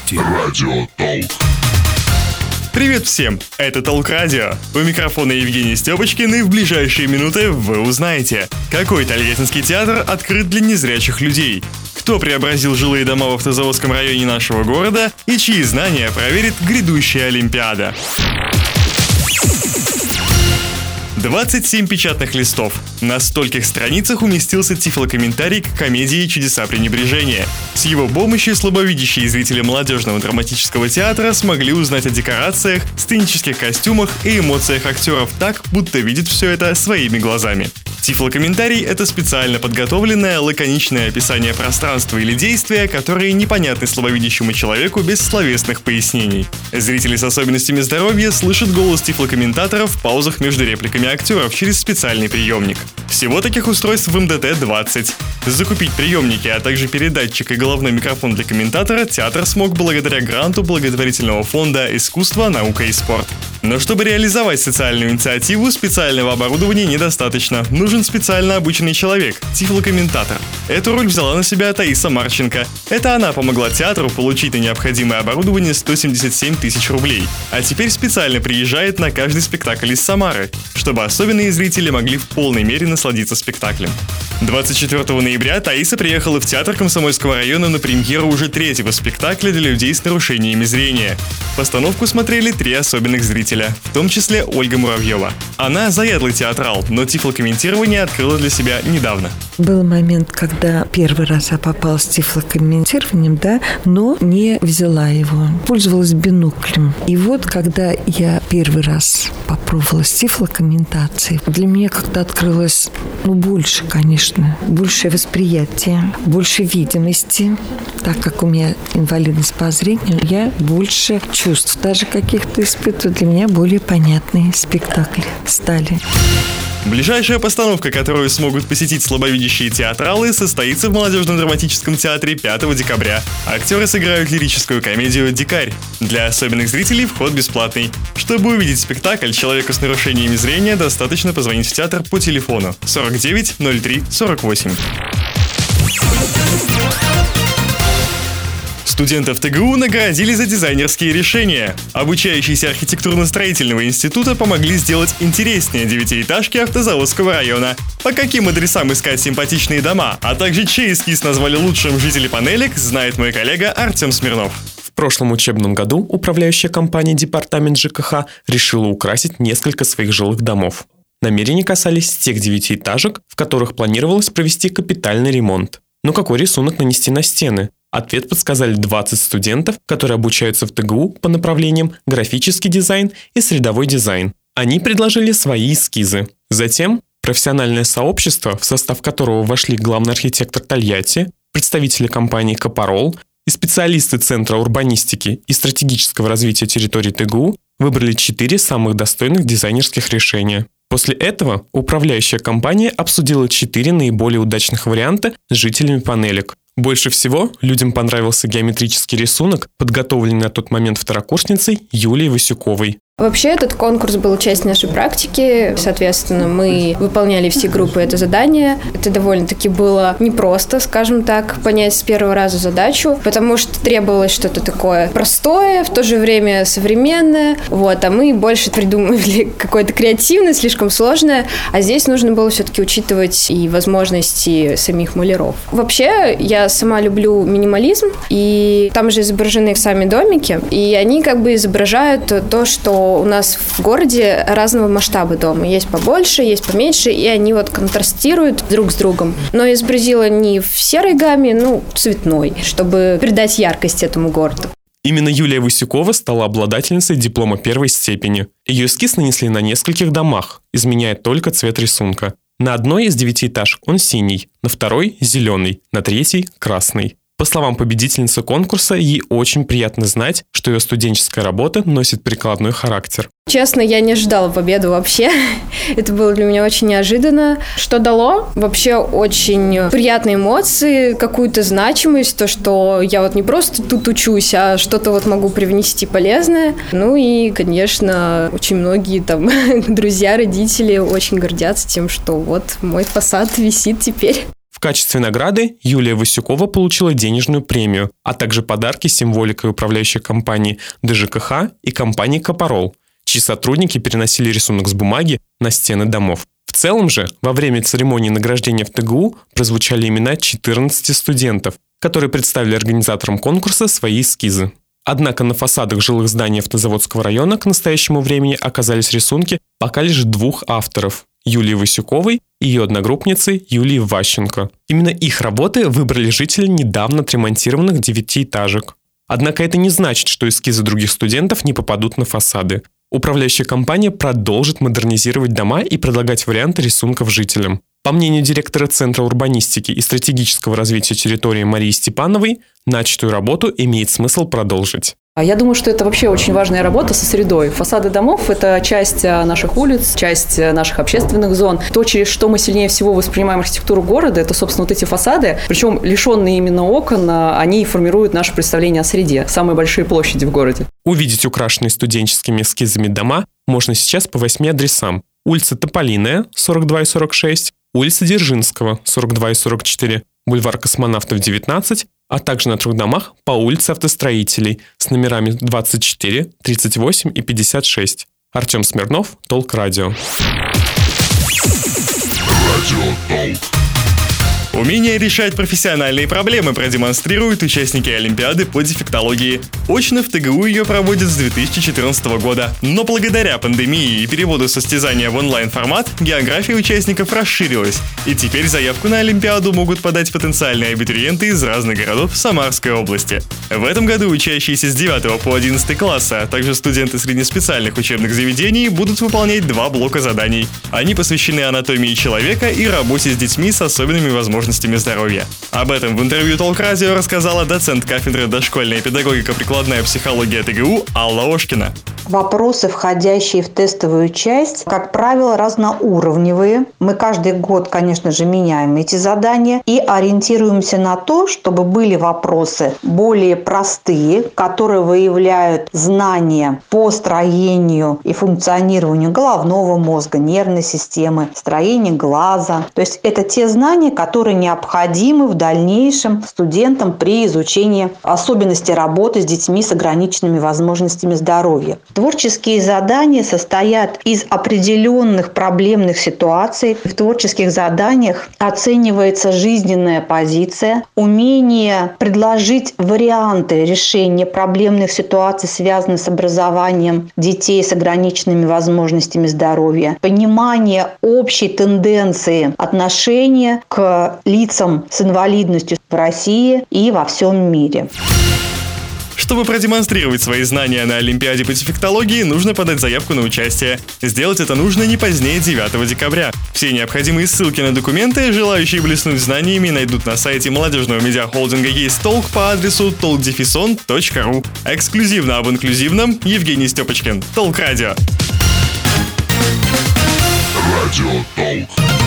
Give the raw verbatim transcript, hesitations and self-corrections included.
новости. Радио Толк. Привет всем, это Толк Радио. У микрофона Евгений Степочкин, и в ближайшие минуты вы узнаете, какой Тольяттинский театр открыт для незрячих людей, кто преобразил жилые дома в Автозаводском районе нашего города и чьи знания проверит грядущая Олимпиада. двадцать семь печатных листов. На стольких страницах уместился тифлокомментарий к комедии «Чудеса пренебрежения». С его помощью слабовидящие зрители молодежного драматического театра смогли узнать о декорациях, сценических костюмах и эмоциях актеров так, будто видят все это своими глазами. Тифлокомментарий — это специально подготовленное, лаконичное описание пространства или действия, которые непонятны слабовидящему человеку без словесных пояснений. Зрители с особенностями здоровья слышат голос тифлокомментатора в паузах между репликами актеров через специальный приемник. Всего таких устройств в эм дэ тэ двадцать. Закупить приемники, а также передатчик и головной микрофон для комментатора театр смог благодаря гранту благотворительного фонда «Искусство, наука и спорт». Но чтобы реализовать социальную инициативу, специального оборудования недостаточно. Нужен специально обученный человек – тифлокомментатор. Эту роль взяла на себя Таиса Марченко. Это она помогла театру получить на необходимое оборудование сто семьдесят семь тысяч рублей. А теперь специально приезжает на каждый спектакль из Самары, чтобы особенные зрители могли в полной мере насладиться спектаклем. двадцать четвёртого ноября Таиса приехала в театр Комсомольского района на премьеру уже третьего спектакля для людей с нарушениями зрения. Постановку смотрели три особенных зрителя, в том числе Ольга Муравьева. Она заядлый театрал, но тифлокомментирование открыла для себя недавно. Был момент, когда первый раз я попала с тифлокомментированием, да, но не взяла его. Пользовалась биноклем. И вот, когда я первый раз попробовала с тифлокомментацией, для меня как-то открылось, ну, больше, конечно, большее восприятие, больше видимости. Так как у меня инвалидность по зрению, я больше чувств даже каких-то испытываю. Для меня более понятные спектакли стали. Ближайшая постановка, которую смогут посетить слабовидящие театралы, состоится в Молодежном драматическом театре пятого декабря. Актеры сыграют лирическую комедию «Дикарь». Для особенных зрителей вход бесплатный. Чтобы увидеть спектакль, человеку с нарушениями зрения достаточно позвонить в театр по телефону сорок девять ноль три сорок восемь. Студентов тэ гэ у наградили за дизайнерские решения. Обучающиеся архитектурно-строительного института помогли сделать интереснее девятиэтажки Автозаводского района. По каким адресам искать симпатичные дома, а также чей эскиз назвали лучшим жители панелек, знает мой коллега Артем Смирнов. В прошлом учебном году управляющая компания департамент жэ ка ха решила украсить несколько своих жилых домов. Намерения касались тех девятиэтажек, в которых планировалось провести капитальный ремонт. Но какой рисунок нанести на стены? Ответ подсказали двадцать студентов, которые обучаются в тэ гэ у по направлениям графический дизайн и средовой дизайн. Они предложили свои эскизы. Затем профессиональное сообщество, в состав которого вошли главный архитектор Тольятти, представители компании «Капарол» и специалисты Центра урбанистики и стратегического развития территории тэ гэ у, выбрали четыре самых достойных дизайнерских решения. После этого управляющая компания обсудила четыре наиболее удачных варианта с жителями панелек. Больше всего людям понравился геометрический рисунок, подготовленный на тот момент второкурсницей Юлией Васюковой. Вообще этот конкурс был часть нашей практики, соответственно, мы выполняли все группы это задание. Это довольно-таки было непросто, скажем так, понять с первого раза задачу, потому что требовалось что-то такое простое, в то же время современное, вот, а мы больше придумывали какое-то креативное, слишком сложное, а здесь нужно было все-таки учитывать и возможности самих маляров. Вообще, я сама люблю минимализм, и там же изображены сами домики, и они как бы изображают то, что у нас в городе разного масштаба дома. Есть побольше, есть поменьше, и они вот контрастируют друг с другом. Но изобразила не в серой гамме, ну, цветной, чтобы придать яркость этому городу. Именно Юлия Васюкова стала обладательницей диплома первой степени. Ее эскиз нанесли на нескольких домах, изменяя только цвет рисунка. На одной из девятиэтажек он синий, на второй – зеленый, на третьей – красный. По словам победительницы конкурса, ей очень приятно знать, что ее студенческая работа носит прикладной характер. Честно, я не ожидала победу вообще. Это было для меня очень неожиданно. Что дало? Вообще очень приятные эмоции, какую-то значимость, то, что я вот не просто тут учусь, а что-то вот могу привнести полезное. Ну и, конечно, очень многие там друзья, родители очень гордятся тем, что вот мой фасад висит теперь. В В качестве награды Юлия Васюкова получила денежную премию, а также подарки с символикой управляющей компании ДЖКХ и компании «Капорол», чьи сотрудники переносили рисунок с бумаги на стены домов. В целом же, во время церемонии награждения в ТГУ прозвучали имена четырнадцати студентов, которые представили организаторам конкурса свои эскизы. Однако на фасадах жилых зданий Автозаводского района к настоящему времени оказались рисунки пока лишь двух авторов – Юлии Васюковой и ее одногруппницы Юлии Ващенко. Именно их работы выбрали жители недавно отремонтированных девятиэтажек. Однако это не значит, что эскизы других студентов не попадут на фасады. Управляющая компания продолжит модернизировать дома и предлагать варианты рисунков жителям. По мнению директора Центра урбанистики и стратегического развития территории Марии Степановой, начатую работу имеет смысл продолжить. Я думаю, что это вообще очень важная работа со средой. Фасады домов – это часть наших улиц, часть наших общественных зон. То, через что мы сильнее всего воспринимаем архитектуру города, это, собственно, вот эти фасады. Причем лишенные именно окон, они формируют наше представление о среде. Самые большие площади в городе. Увидеть украшенные студенческими эскизами дома можно сейчас по восьми адресам. Улица Тополиная, сорок два и сорок шесть, улица Дзержинского, сорок два и сорок четыре, бульвар Космонавтов, девятнадцать, а также на трех домах по улице Автостроителей с номерами двадцать четыре, тридцать восемь и пятьдесят шесть. Артем Смирнов, Толк Радио. Умение решать профессиональные проблемы продемонстрируют участники Олимпиады по дефектологии. Очно в ТГУ ее проводят с две тысячи четырнадцатого года. Но благодаря пандемии и переводу состязания в онлайн-формат, география участников расширилась. И теперь заявку на Олимпиаду могут подать потенциальные абитуриенты из разных городов Самарской области. В этом году учащиеся с девятого по одиннадцатый класса, а также студенты среднеспециальных учебных заведений будут выполнять два блока заданий. Они посвящены анатомии человека и работе с детьми с особенными возможностями здоровья. Об этом в интервью Толк Радио рассказала доцент кафедры дошкольная педагогика прикладная психология ТГУ Алла Ошкина. Вопросы, входящие в тестовую часть, как правило, разноуровневые. Мы каждый год, конечно же, меняем эти задания и ориентируемся на то, чтобы были вопросы более простые, которые выявляют знания по строению и функционированию головного мозга, нервной системы, строения глаза. То есть это те знания, которые необходимы в дальнейшем студентам при изучении особенностей работы с детьми с ограниченными возможностями здоровья. Творческие задания состоят из определенных проблемных ситуаций. В творческих заданиях оценивается жизненная позиция, умение предложить варианты решения проблемных ситуаций, связанных с образованием детей с ограниченными возможностями здоровья, понимание общей тенденции отношения к лицам с инвалидностью в России и во всем мире. Чтобы продемонстрировать свои знания на Олимпиаде по дефектологии, нужно подать заявку на участие. Сделать это нужно не позднее девятого декабря. Все необходимые ссылки на документы, желающие блеснуть знаниями, найдут на сайте молодежного медиахолдинга «Есть толк» по адресу толк дефис он точка ру. Эксклюзивно об инклюзивном Евгений Степочкин. Толк Радио. Радио Толк.